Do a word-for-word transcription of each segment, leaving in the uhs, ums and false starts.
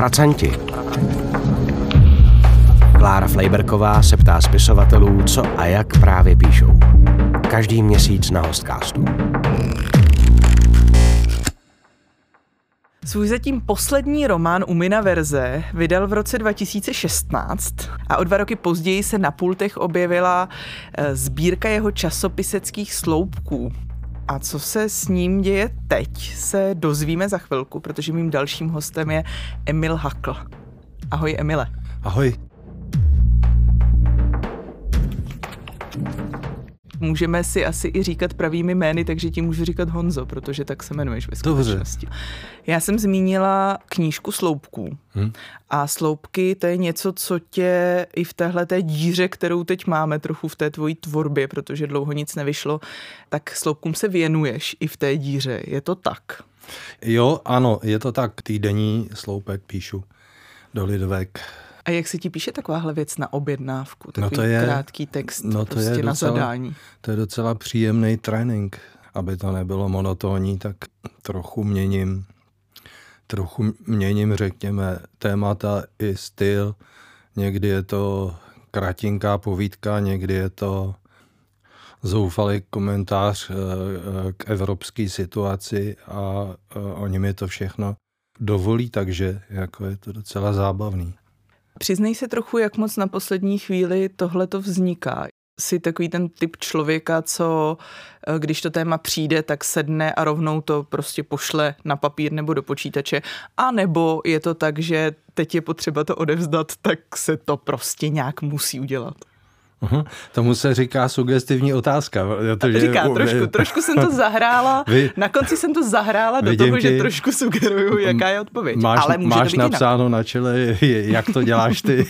Pracanti. Klára Flejberková se ptá spisovatelů, co a jak právě píšou. Každý měsíc na Hostcastu. Svůj zatím poslední román Umina verze vydal v roce dva tisíce šestnáct a o dva roky později se na pultech objevila sbírka jeho časopiseckých sloupků. A co se s ním děje teď, se dozvíme za chvilku, protože mým dalším hostem je Emil Hakl. Ahoj, Emile. Ahoj. Můžeme si asi i říkat pravými jmény, takže ti můžu říkat Honzo, protože tak se jmenuješ ve skutečnosti. Dobře. Já jsem zmínila knížku Sloupků. Hmm. A sloupky, to je něco, co tě i v téhleté díře, kterou teď máme trochu v té tvojí tvorbě, protože dlouho nic nevyšlo, tak sloupkům se věnuješ i v té díře. Je to tak? Jo, ano, je to tak. Týdenní sloupek píšu do Lidovek. A jak se ti píše takováhle věc na objednávku? Takový no to je, krátký text no to prostě je na docela, zadání. To je docela příjemný trénink, aby to nebylo monotónní, tak trochu měním, trochu měním, řekněme, témata i styl. Někdy je to kratinká povídka, někdy je to zoufalý komentář k evropské situaci a oni mi to všechno dovolí, takže jako je to docela zábavný. Přiznej se trochu, jak moc na poslední chvíli tohleto vzniká. Jsi takový ten typ člověka, co když to téma přijde, tak sedne a rovnou to prostě pošle na papír nebo do počítače. A nebo je to tak, že teď je potřeba to odevzdat, tak se to prostě nějak musí udělat. Uhum. Tomu se říká sugestivní otázka. To, že... Říká, trošku, trošku jsem to zahrála, Vy... na konci jsem to zahrála do toho, že trošku sugeruju, jaká je odpověď. Máš, ale může máš to být napsáno jinak. Na čele, jak to děláš ty.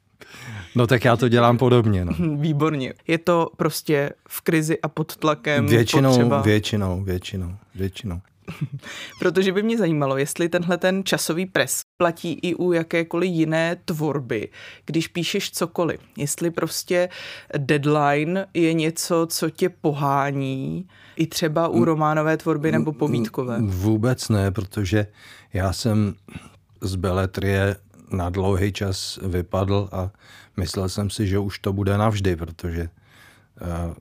No tak já to dělám podobně. No. Výborně. Je to prostě v krizi a pod tlakem většinou, potřeba. Většinou, většinou, většinou. Protože by mě zajímalo, jestli tenhle ten časový pres platí i u jakékoliv jiné tvorby, když píšeš cokoliv. Jestli prostě deadline je něco, co tě pohání, i třeba u románové tvorby nebo povídkové. Vůbec ne, protože já jsem z beletrie na dlouhý čas vypadl a myslel jsem si, že už to bude navždy, protože uh,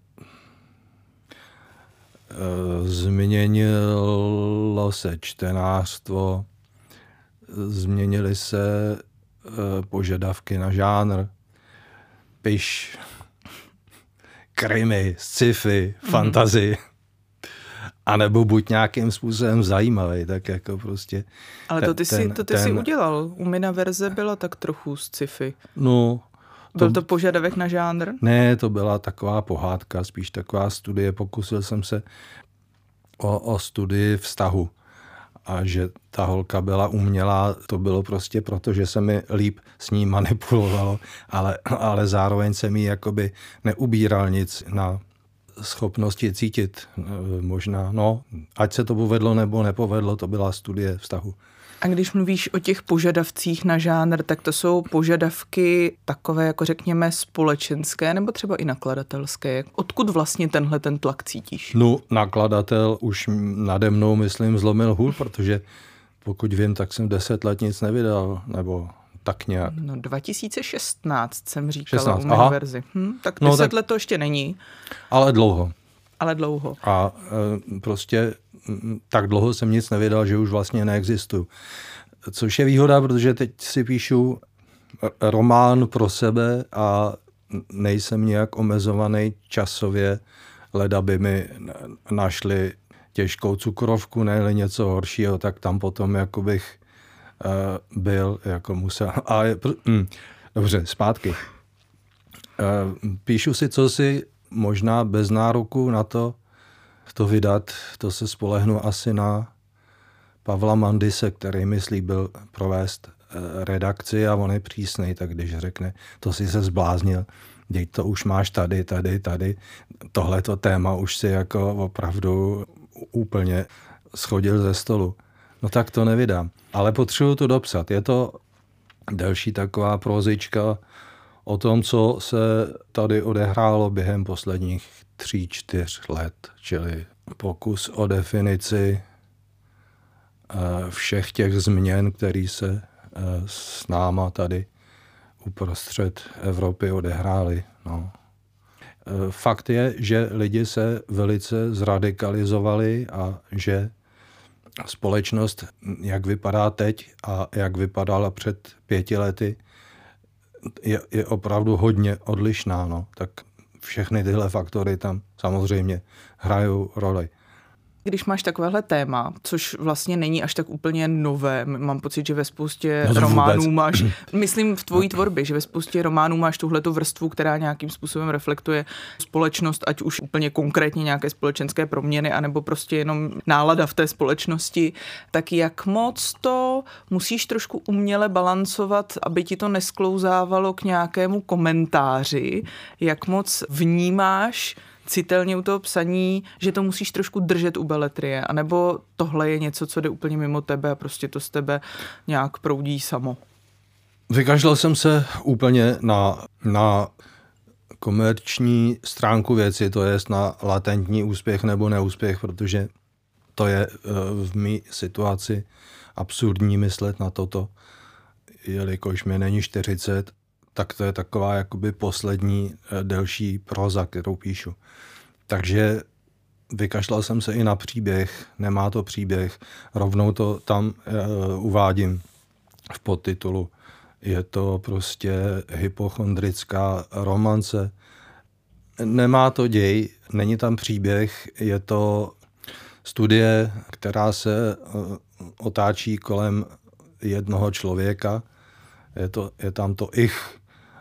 změnilo se čtenářstvo, změnily se požadavky na žánr, piš, krimi, sci-fi, mm. fantasy, anebo buď nějakým způsobem zajímavý, tak jako prostě. Ale to ty, ten, si, to ty ten, si udělal. Umina verze byla tak trochu sci-fi. No. To, Byl to požadavek na žánr? Ne, to byla taková pohádka, spíš taková studie. Pokusil jsem se o, o studii vztahu. A že ta holka byla umělá, to bylo prostě proto, že se mi líp s ní manipulovalo, ale, ale zároveň jsem jí jakoby neubíral nic na schopnosti cítit. Možná, no, ať se to povedlo nebo nepovedlo, to byla studie vztahu. A když mluvíš o těch požadavcích na žánr, tak to jsou požadavky takové, jako řekněme, společenské nebo třeba i nakladatelské. Odkud vlastně tenhle ten tlak cítíš? No, nakladatel už nade mnou, myslím, zlomil hůl, protože pokud vím, tak jsem deset let nic nevydal, nebo tak nějak. No dva tisíce šestnáct jsem říkala šestnáct, u mé verzi. Hm, tak deset no, tak, let to ještě není. Ale dlouho. Ale dlouho. A e, prostě tak dlouho jsem nic nevydal, že už vlastně neexistuju. Což je výhoda, protože teď si píšu román pro sebe a nejsem nějak omezovaný časově, leda by mi našli těžkou cukrovku, ne něco horšího, tak tam potom jako bych uh, byl, jako musel. A je, mm, dobře, zpátky. Uh, píšu si cosi možná bez nároku na to, to vydat, to se spolehnu asi na Pavla Mandise, který mi slíbil provést redakci a on je přísnej, tak když řekne, to si se zbláznil, děť to už máš tady, tady, tady, tohleto téma už si jako opravdu úplně schodil ze stolu. No tak to nevydám, ale potřebuju to dopsat. Je to delší taková prózička o tom, co se tady odehrálo během posledních tří, čtyř let, čili pokus o definici všech těch změn, které se s náma tady uprostřed Evropy odehrály. No. Fakt je, že lidi se velice zradikalizovali a že společnost, jak vypadá teď a jak vypadala před pěti lety, je, je opravdu hodně odlišná. No. Tak všechny tyhle faktory tam samozřejmě hrajou roli. Když máš takovéhle téma, což vlastně není až tak úplně nové, mám pocit, že ve spoustě no románů vůbec. máš, myslím v tvojí tvorbě, že ve spoustě románů máš tuhletu vrstvu, která nějakým způsobem reflektuje společnost, ať už úplně konkrétně nějaké společenské proměny, anebo prostě jenom nálada v té společnosti, tak jak moc to musíš trošku uměle balancovat, aby ti to nesklouzávalo k nějakému komentáři, jak moc vnímáš citelně u toho psaní, že to musíš trošku držet u beletrie, anebo tohle je něco, co jde úplně mimo tebe a prostě to z tebe nějak proudí samo? Vykašlal jsem se úplně na, na komerční stránku věci, to je na latentní úspěch nebo neúspěch, protože to je v mý situaci absurdní myslet na toto, jelikož mi není čtyřicet, tak to je taková jakoby poslední delší próza, kterou píšu. Takže vykašlal jsem se i na příběh, nemá to příběh, rovnou to tam uh, uvádím v podtitulu. Je to prostě hypochondrická romance. Nemá to děj, není tam příběh, je to studie, která se uh, otáčí kolem jednoho člověka. Je, to, je tam to ich,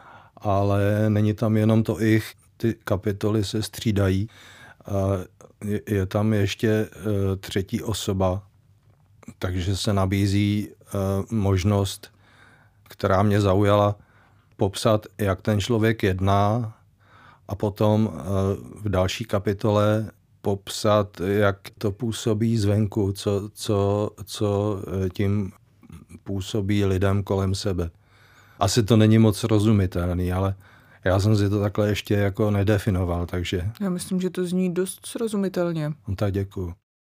ale není tam jenom to ich, ty kapitoly se střídají. Je, je tam ještě třetí osoba, takže se nabízí možnost, která mě zaujala, popsat, jak ten člověk jedná a potom v další kapitole popsat, jak to působí zvenku, co, co, co tím působí lidem kolem sebe. Asi to není moc rozumitelný, ale já jsem si to takhle ještě jako nedefinoval, takže... Já myslím, že to zní dost srozumitelně. No tak děkuju.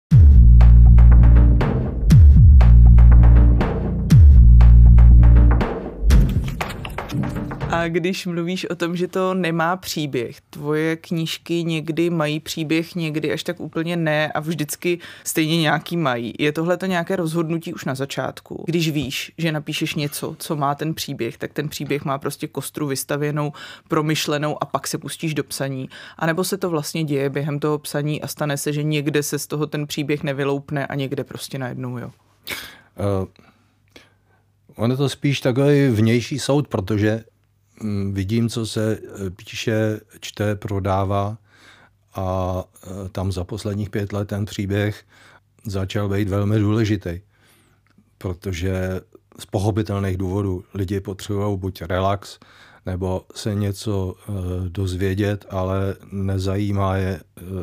A když mluvíš o tom, že to nemá příběh, tvoje knížky někdy mají příběh, někdy až tak úplně ne a vždycky stejně nějaký mají. Je tohle to nějaké rozhodnutí už na začátku? Když víš, že napíšeš něco, co má ten příběh, tak ten příběh má prostě kostru vystavěnou, promyšlenou a pak se pustíš do psaní. A nebo se to vlastně děje během toho psaní a stane se, že někde se z toho ten příběh nevyloupne a někde prostě najednou, jo? Uh, on je to spíš takový vnější soud, protože vidím, co se píše, čte, prodává a tam za posledních pět let ten příběh začal být velmi důležitý, protože z pochopitelných důvodů lidi potřebují buď relax, nebo se něco dozvědět, ale nezajímá je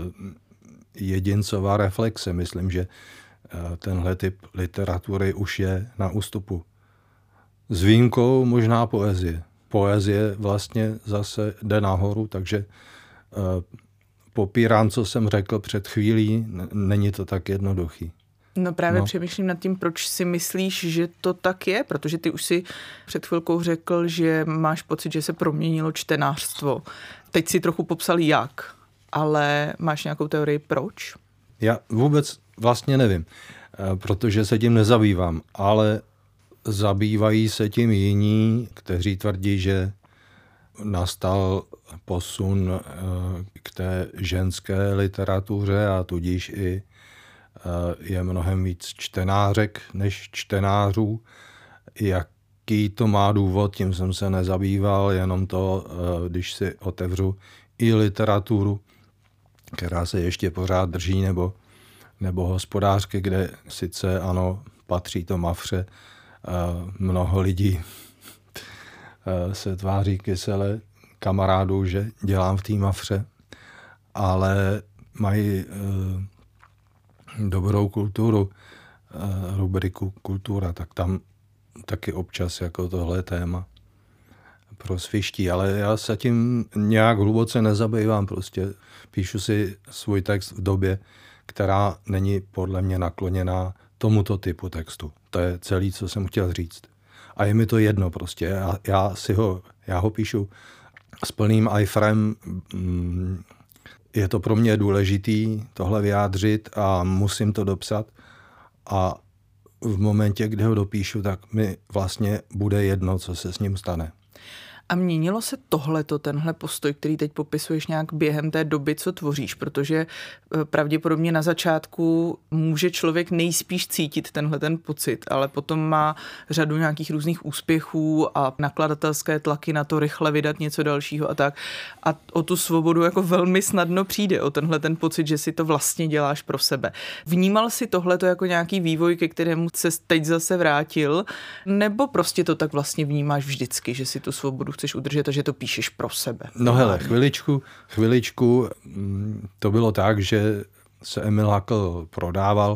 jedincová reflexe. Myslím, že tenhle typ literatury už je na ústupu. S výjimkou možná poezie. Poezie vlastně zase jde nahoru, takže uh, popírám, co jsem řekl před chvílí, N- není to tak jednoduchý. No právě no. Přemýšlím nad tím, proč si myslíš, že to tak je, protože ty už si před chvilkou řekl, že máš pocit, že se proměnilo čtenářstvo. Teď si trochu popsal jak, ale máš nějakou teorii proč? Já vůbec vlastně nevím, protože se tím nezabývám, ale zabývají se tím jiní, kteří tvrdí, že nastal posun k té ženské literatuře a tudíž i je mnohem víc čtenářek než čtenářů. Jaký to má důvod, tím jsem se nezabýval, jenom to, když si otevřu i literaturu, která se ještě pořád drží, nebo, nebo hospodářky, kde sice ano, patří to Mafře, mnoho lidí se tváří kysele kamarádů, že dělám v té Mafře, ale mají dobrou kulturu, rubriku kultura, tak tam taky občas jako tohle téma prosviští, ale já se tím nějak hluboce nezabývám, prostě píšu si svůj text v době, která není podle mě nakloněná tomuto typu textu. To je celý, co jsem chtěl říct. a je mi to jedno prostě. Já, já si ho, já ho píšu s plným ifrem. Je to pro mě důležitý tohle vyjádřit a musím to dopsat. A v momentě, kdy ho dopíšu, tak mi vlastně bude jedno, co se s ním stane. A měnilo se tohleto, tenhle postoj, který teď popisuješ nějak během té doby, co tvoříš? Protože pravděpodobně na začátku může člověk nejspíš cítit tenhle ten pocit, ale potom má řadu nějakých různých úspěchů a nakladatelské tlaky na to rychle vydat něco dalšího a tak. A o tu svobodu jako velmi snadno přijde, o tenhle ten pocit, že si to vlastně děláš pro sebe. Vnímal jsi tohleto jako nějaký vývoj, ke kterému se teď zase vrátil? Nebo prostě to tak vlastně vnímáš vždycky, že si tu svobodu chceš udržet a že to píšeš pro sebe? No hele, chviličku, chviličku, to bylo tak, že se Emil Hakl prodával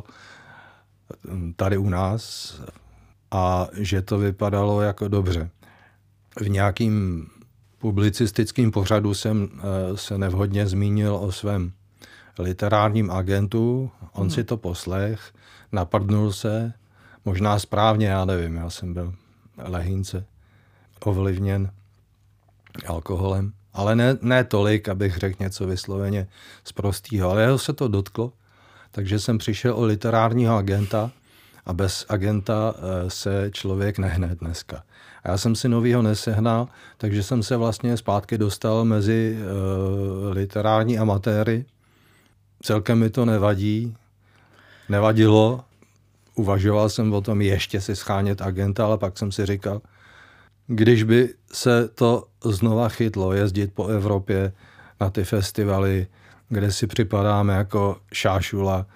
tady u nás a že to vypadalo jako dobře. V nějakým publicistickým pořadu jsem se nevhodně zmínil o svém literárním agentu, on hmm. si to poslech, naprdnul se, možná správně, já nevím, já jsem byl lehínce ovlivněn alkoholem, ale ne, ne tolik, abych řekl něco vysloveně sprostýho, ale jeho se to dotklo, takže jsem přišel o literárního agenta a bez agenta se člověk nehne dneska. A já jsem si novýho nesehnal, takže jsem se vlastně zpátky dostal mezi uh, literární amatéry. Celkem mi to nevadí, nevadilo, uvažoval jsem o tom ještě si schánět agenta, ale pak jsem si říkal, když by se to znova chytlo, jezdit po Evropě na ty festivaly, kde si připadáme jako šášula,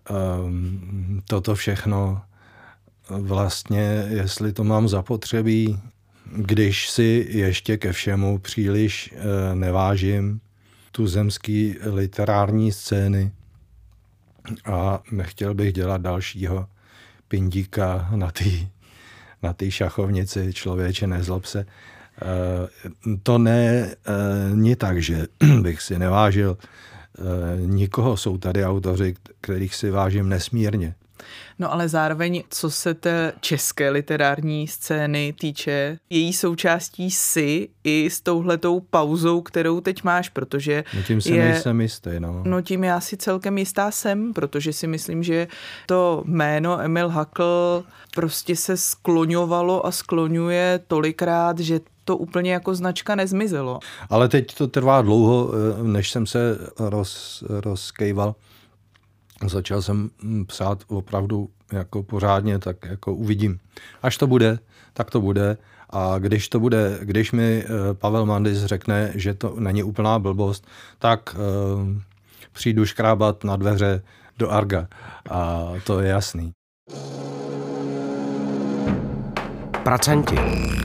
um, toto všechno, vlastně, jestli to mám zapotřebí, když si ještě ke všemu příliš uh, nevážím tu zemský literární scény a nechtěl bych dělat dalšího pindíka na té na té šachovnici, člověče, nezlob se. To ne, nie tak, že bych si nevážil nikoho. Jsou tady autoři, kterých si vážím nesmírně. No ale zároveň, co se té české literární scény týče, její součástí si i s touhletou pauzou, kterou teď máš, protože no tím se je, nejsem jistý, no. No tím já si celkem jistá jsem, protože si myslím, že to jméno Emil Hakl prostě se skloňovalo a skloňuje tolikrát, že to úplně jako značka nezmizelo. Ale teď to trvá dlouho, než jsem se roz, rozkejval. Začal jsem psát opravdu jako pořádně, tak jako uvidím. Až to bude, tak to bude. A když to bude, když mi Pavel Mandis řekne, že to není úplná blbost, tak uh, přijdu škrábat na dveře do Arga. A to je jasný. Pracanti.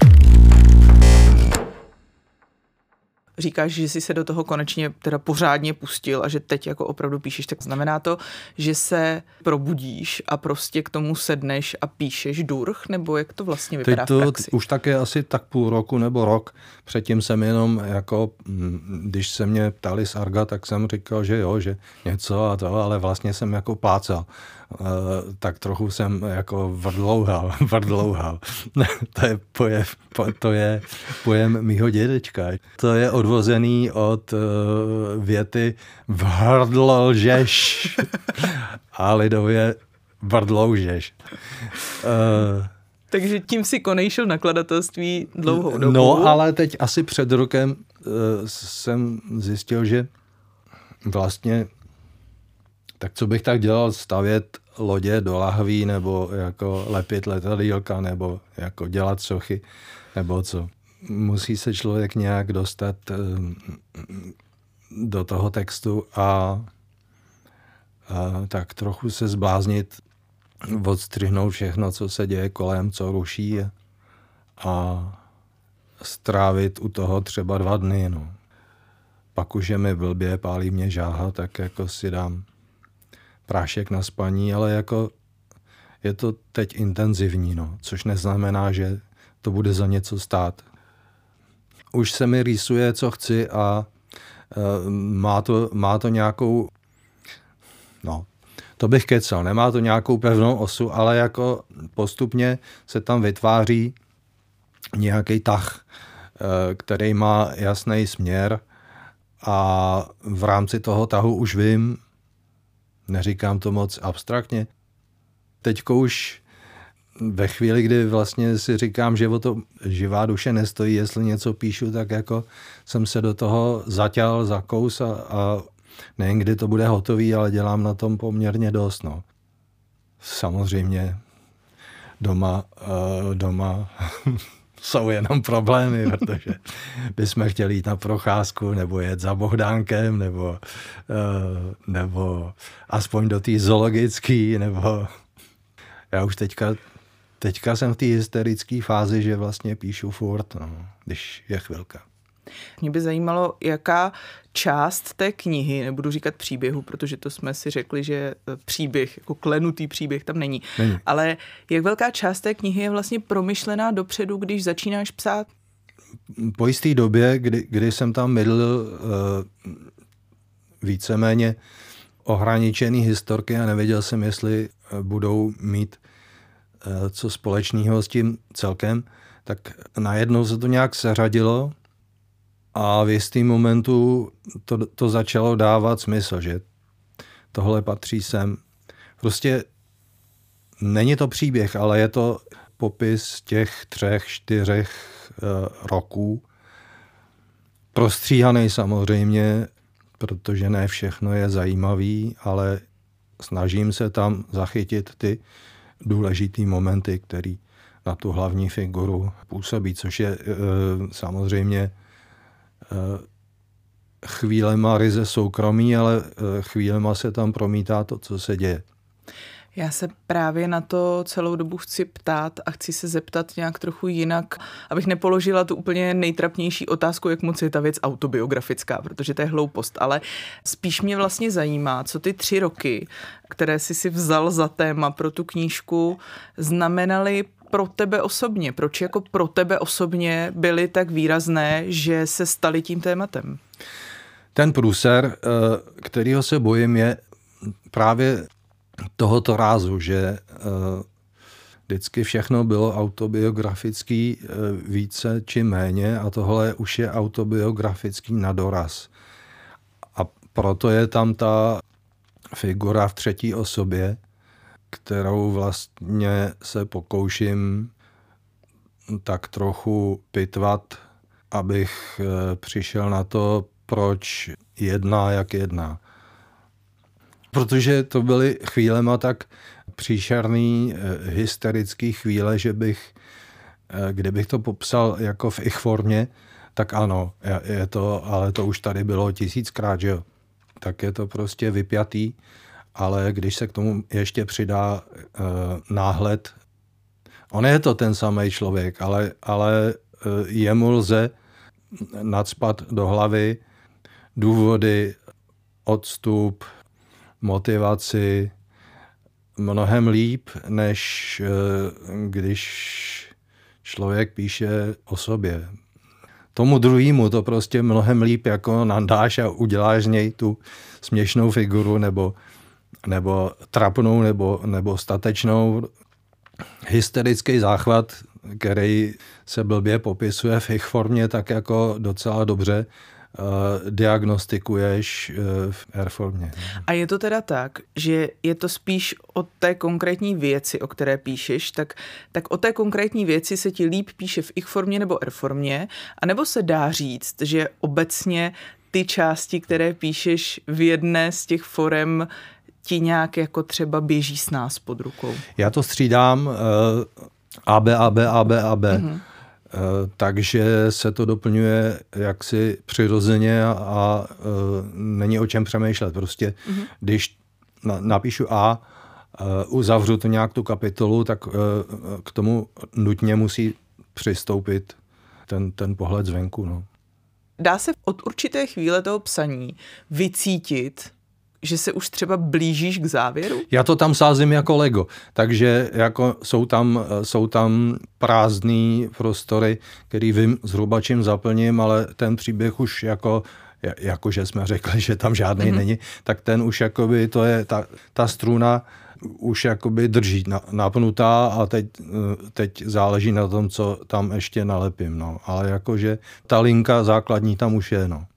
Říkáš, že jsi se do toho konečně teda pořádně pustil a že teď jako opravdu píšeš, tak znamená to, že se probudíš a prostě k tomu sedneš a píšeš durch, nebo jak to vlastně vypadá teď to v praxi? Už také asi tak půl roku nebo rok. Předtím jsem jenom jako, když se mě ptali z Arga, tak jsem říkal, že jo, že něco a to, ale vlastně jsem jako plácal. Uh, tak trochu jsem jako vrdlouhal, vrdlouhal. to je pojem, po, to je pojem mýho dědečka. To je odvozený od uh, věty vrdloužeš a lidově vrdloužeš. Uh, Takže tím si konejšel nakladatelství dlouhou dobu. No, ale teď asi před rokem uh, jsem zjistil, že vlastně tak co bych tak dělal, stavět lodě do lahví, nebo jako lepit letadýlka, nebo jako dělat sochy, nebo co. Musí se člověk nějak dostat um, do toho textu a, a tak trochu se zbláznit, odstřihnout všechno, co se děje kolem, co ruší a strávit u toho třeba dva dny. No. Pak už je mi blbě, pálí mě žáha, tak jako si dám prášek na spaní, ale jako je to teď intenzivní, no, což neznamená, že to bude za něco stát. Už se mi rýsuje, co chci a uh, má, to, má to nějakou, no, to bych kecal, nemá to nějakou pevnou osu, ale jako postupně se tam vytváří nějaký tah, který má jasný směr a v rámci toho tahu už vím, neříkám to moc abstraktně, teďko už ve chvíli, kdy vlastně si říkám, že o to živá duše nestojí, jestli něco píšu, tak jako jsem se do toho zaťal, zakous a, a nejen kdy to bude hotový, ale dělám na tom poměrně dost. No. Samozřejmě doma, uh, doma jsou jenom problémy, protože bychom chtěli jít na procházku nebo jet za Bohdánkem nebo, uh, nebo aspoň do té zoologické, nebo já už teďka Teďka jsem v té hysterické fázi, že vlastně píšu furt, no, když je chvilka. Mě by zajímalo, jaká část té knihy, nebudu říkat příběhu, protože to jsme si řekli, že příběh, jako klenutý příběh tam není, není. Ale jak velká část té knihy je vlastně promyšlená dopředu, když začínáš psát? Po jisté době, kdy, kdy jsem tam mydl uh, víceméně ohraničený historky a nevěděl jsem, jestli budou mít co společného s tím celkem, tak najednou se to nějak seřadilo a v jistým momentu to, to začalo dávat smysl, že tohle patří sem. Prostě není to příběh, ale je to popis těch třech, čtyřech uh, roků. Prostříhaný samozřejmě, protože ne všechno je zajímavý, ale snažím se tam zachytit ty důležitý momenty, který na tu hlavní figuru působí, což je e, samozřejmě e, chvílema ryze soukromí, ale e, chvílema se tam promítá to, co se děje. Já se právě na to celou dobu chci ptát a chci se zeptat nějak trochu jinak, abych nepoložila tu úplně nejtrapnější otázku, jak moc je ta věc autobiografická, protože to je hloupost, ale spíš mě vlastně zajímá, co ty tři roky, které jsi si vzal za téma pro tu knížku, znamenaly pro tebe osobně. Proč jako pro tebe osobně byly tak výrazné, že se staly tím tématem? Ten průser, kterýho se bojím, je právě tohoto rázu, že uh, vždycky všechno bylo autobiografický uh, více či méně a tohle už je autobiografický na doraz. A proto je tam ta figura v třetí osobě, kterou vlastně se pokouším tak trochu pitvat, abych uh, přišel na to, proč jedná, jak jedná. Protože to byly chvílema tak příšerný, hysterický chvíle, že bych, kdybych to popsal jako v ich formě, tak ano, je to, ale to už tady bylo tisíckrát, že jo. Tak je to prostě vypjatý, ale když se k tomu ještě přidá uh, náhled, on je to ten samý člověk, ale, ale uh, jemu lze nacpat do hlavy důvody, odstup, motivaci mnohem líp, než když člověk píše o sobě. Tomu druhému to prostě mnohem líp jako nandáš a uděláš z něj tu směšnou figuru nebo, nebo trapnou nebo, nebo statečnou. Hysterický záchvat, který se blbě popisuje v ich formě, tak jako docela dobře Uh, diagnostikuješ uh, v R-formě. A je to teda tak, že je to spíš o té konkrétní věci, o které píšeš, tak, tak o té konkrétní věci se ti líp píše v ich formě nebo R-formě, anebo se dá říct, že obecně ty části, které píšeš v jedné z těch forem, ti nějak jako třeba běží s nás pod rukou? Já to střídám uh, A, B, A, B, A, B, A, B. Mm-hmm. Uh, takže se to doplňuje jaksi přirozeně a, a uh, není o čem přemýšlet. Prostě mm-hmm. když na, napíšu A, uh, uzavřu to nějak tu kapitolu, tak uh, k tomu nutně musí přistoupit ten, ten pohled zvenku. No. Dá se od určité chvíle toho psaní vycítit, že se už třeba blížíš k závěru? Já to tam sázím jako Lego, takže jako jsou tam, jsou tam prázdný prostory, který vím zhruba čím zaplním, ale ten příběh už jako, jako že jsme řekli, že tam žádnej mm-hmm. není, tak ten už jakoby, to je ta, ta struna už jakoby drží napnutá a teď, teď záleží na tom, co tam ještě nalepím. No. Ale jakože ta linka základní tam už je. No.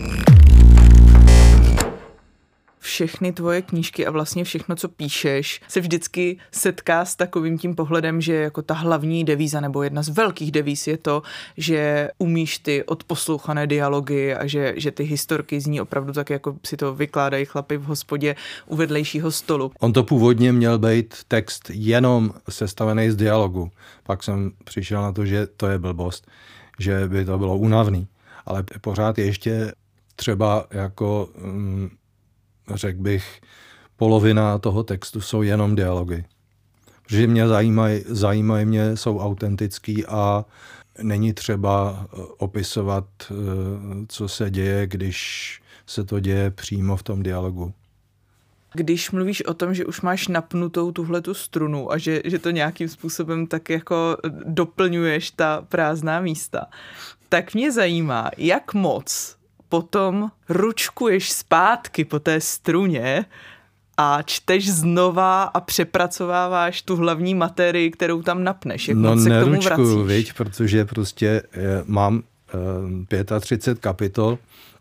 Všechny tvoje knížky a vlastně všechno, co píšeš, se vždycky setká s takovým tím pohledem, že jako ta hlavní devíza nebo jedna z velkých devíz je to, že umíš ty odposlouchané dialogy a že, že ty historky zní opravdu tak, jako si to vykládají chlapi v hospodě u vedlejšího stolu. On to původně měl být text jenom sestavený z dialogu. Pak jsem přišel na to, že to je blbost, že by to bylo únavný. Ale pořád ještě třeba jako... Mm, řekl bych, polovina toho textu jsou jenom dialogy. Protože mě zajímají, zajímají mě, jsou autentický a není třeba opisovat, co se děje, když se to děje přímo v tom dialogu. Když mluvíš o tom, že už máš napnutou tuhletu strunu a že, že to nějakým způsobem tak jako doplňuješ ta prázdná místa, tak mě zajímá, jak moc potom ručkuješ zpátky po té struně a čteš znova a přepracováváš tu hlavní materii, kterou tam napneš. Jak no moc se k tomu vracíš? No neručkuju, viď, protože prostě mám třicet pět kapitol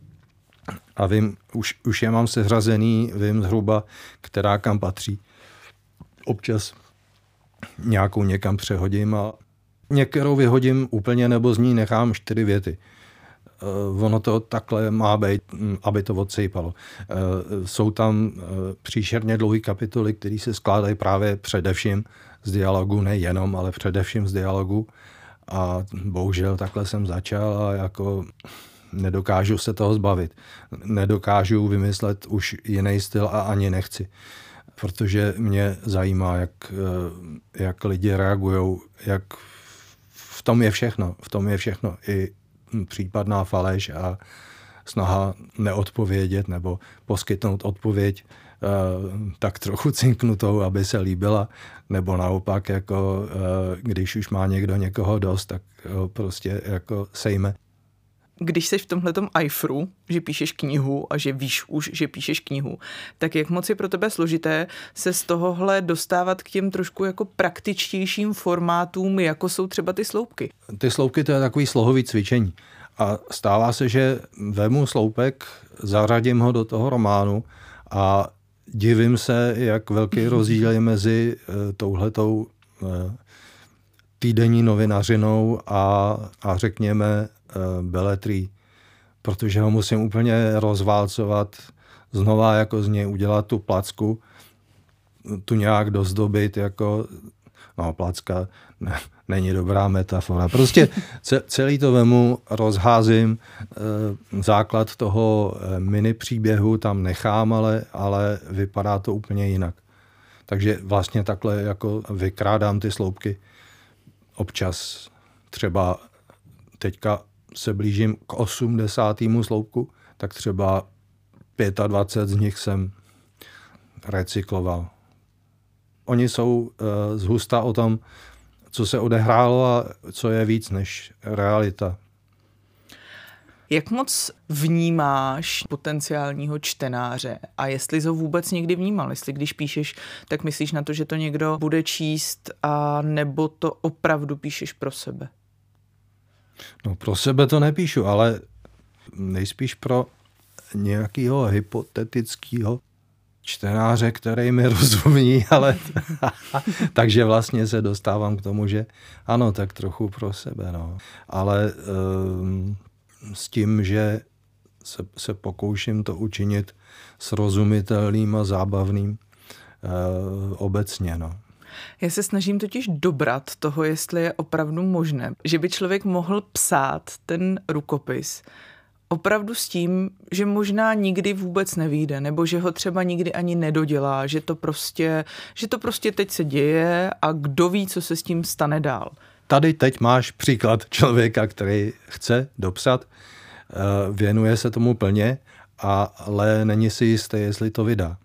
a vím, už, už je mám seřazený, vím zhruba, která kam patří. Občas nějakou někam přehodím a některou vyhodím úplně nebo z ní nechám čtyři věty. Ono to takhle má být, aby to odsejpalo. Jsou tam příšerně dlouhé kapitoly, které se skládají právě především z dialogu, nejenom, ale především z dialogu. A bohužel takhle jsem začal a jako nedokážu se toho zbavit. Nedokážu vymyslet už jiný styl a ani nechci. Protože mě zajímá, jak, jak lidi reagují, jak v tom je všechno. V tom je všechno. I případná faleš a snaha neodpovědět nebo poskytnout odpověď tak trochu cinknutou, aby se líbila, nebo naopak, jako, když už má někdo někoho dost, tak ho prostě jako sejme. Když seš v tomhletom ajfru, že píšeš knihu a že víš už, že píšeš knihu, tak jak moc je pro tebe složité se z tohohle dostávat k těm trošku jako praktičtějším formátům, jako jsou třeba ty sloupky? Ty sloupky, to je takový slohový cvičení. A stává se, že vemu sloupek, zařadím ho do toho románu a divím se, jak velký rozdíl je mezi uh, touhletou uh, týdenní novinařinou a, a řekněme beletrí, protože ho musím úplně rozválcovat, znova jako z něj udělat tu placku, tu nějak dozdobit, jako, no placka ne, není dobrá metafora. Prostě celý to vemu, rozházím, základ toho mini příběhu tam nechám, ale, ale vypadá to úplně jinak. Takže vlastně takhle jako vykrádám ty sloupky. Občas třeba teďka se blížím k osmdesátému sloupku, tak třeba dvacet pět z nich jsem recykloval. Oni jsou uh, zhusta o tom, co se odehrálo a co je víc než realita. Jak moc vnímáš potenciálního čtenáře a jestli jsi ho vůbec někdy vnímal? Jestli když píšeš, tak myslíš na to, že to někdo bude číst a nebo to opravdu píšeš pro sebe? No pro sebe to nepíšu, ale nejspíš pro nějakého hypotetického čtenáře, který mi rozumí, ale takže vlastně se dostávám k tomu, že ano, tak trochu pro sebe, no. Ale um, s tím, že se, se pokouším to učinit srozumitelným a zábavným uh, obecně, no. Já se snažím totiž dobrat toho, jestli je opravdu možné, že by člověk mohl psát ten rukopis opravdu s tím, že možná nikdy vůbec nevyjde, nebo že ho třeba nikdy ani nedodělá, že to prostě, že to prostě teď se děje a kdo ví, co se s tím stane dál. Tady teď máš příklad člověka, který chce dopsat, věnuje se tomu plně, ale není si jistý, jestli to vydá.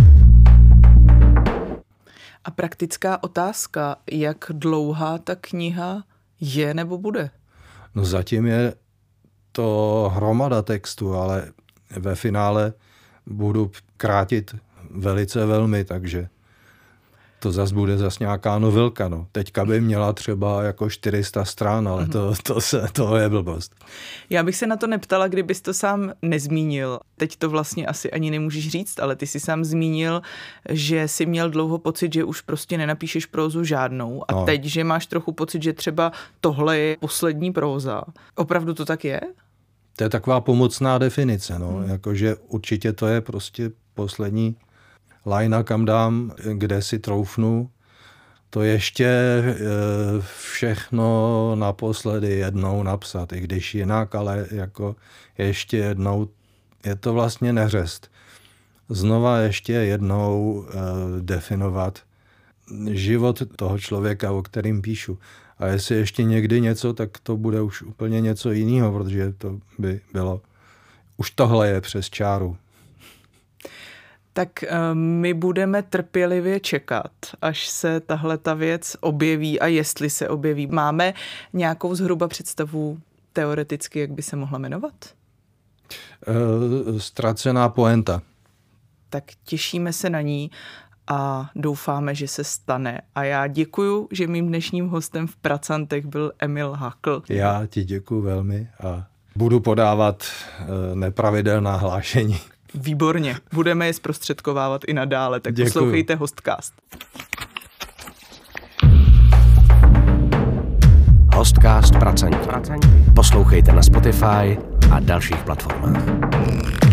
A praktická otázka, jak dlouhá ta kniha je nebo bude? No zatím je to hromada textu, ale ve finále budu krátit velice velmi, takže to zas bude zas nějaká novelka. No. Teďka by měla třeba jako čtyři sta stran, ale to, to, se, to je blbost. Já bych se na to neptala, kdybys to sám nezmínil. Teď to vlastně asi ani nemůžeš říct, ale ty jsi sám zmínil, že jsi měl dlouho pocit, že už prostě nenapíšeš prózu žádnou a no. teď, že máš trochu pocit, že třeba tohle je poslední próza. Opravdu to tak je? To je taková pomocná definice, no. Hmm. Jakože určitě to je prostě poslední lajna, kam dám, kde si troufnu. To ještě všechno naposledy jednou napsat, i když jinak, ale jako ještě jednou je to vlastně neřest. Znova ještě jednou definovat život toho člověka, o kterým píšu. A jestli ještě někdy něco, tak to bude už úplně něco jiného, protože to by bylo... Už tohle je přes čáru. Tak my budeme trpělivě čekat, až se tahle ta věc objeví a jestli se objeví. Máme nějakou zhruba představu teoreticky, jak by se mohla jmenovat? E, ztracená poenta. Tak těšíme se na ní a doufáme, že se stane. A já děkuju, že mým dnešním hostem v Pracantech byl Emil Hakl. Já ti děkuju velmi a budu podávat nepravidelná hlášení. Výborně. Budeme je zprostředkovávat i nadále, tak děkuju. Poslouchejte Hostcast. Hostcast Pracanti. Poslouchejte na Spotify a dalších platformách.